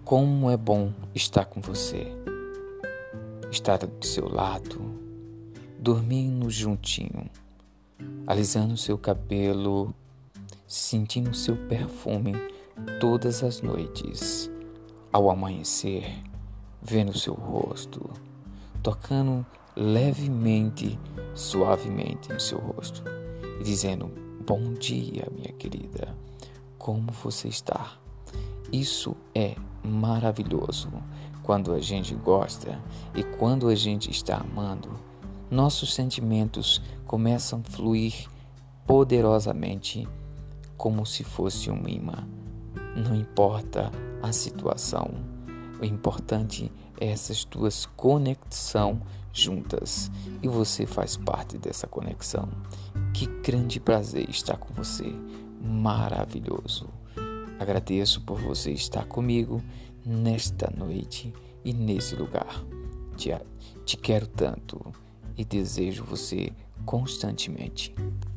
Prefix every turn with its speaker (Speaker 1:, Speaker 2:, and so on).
Speaker 1: Como é bom estar com você, estar do seu lado, dormindo juntinho, alisando seu cabelo, sentindo seu perfume todas as noites, ao amanhecer, vendo seu rosto, tocando levemente, suavemente no seu rosto e dizendo: bom dia, minha querida, como você está? Isso é maravilhoso. Quando a gente gosta e quando a gente está amando, nossos sentimentos começam a fluir poderosamente como se fosse um imã. Não importa a situação, o importante é essas duas conexões juntas e você faz parte dessa conexão. Que grande prazer estar com você, maravilhoso. Agradeço por você estar comigo nesta noite e nesse lugar. Te quero tanto e desejo você constantemente.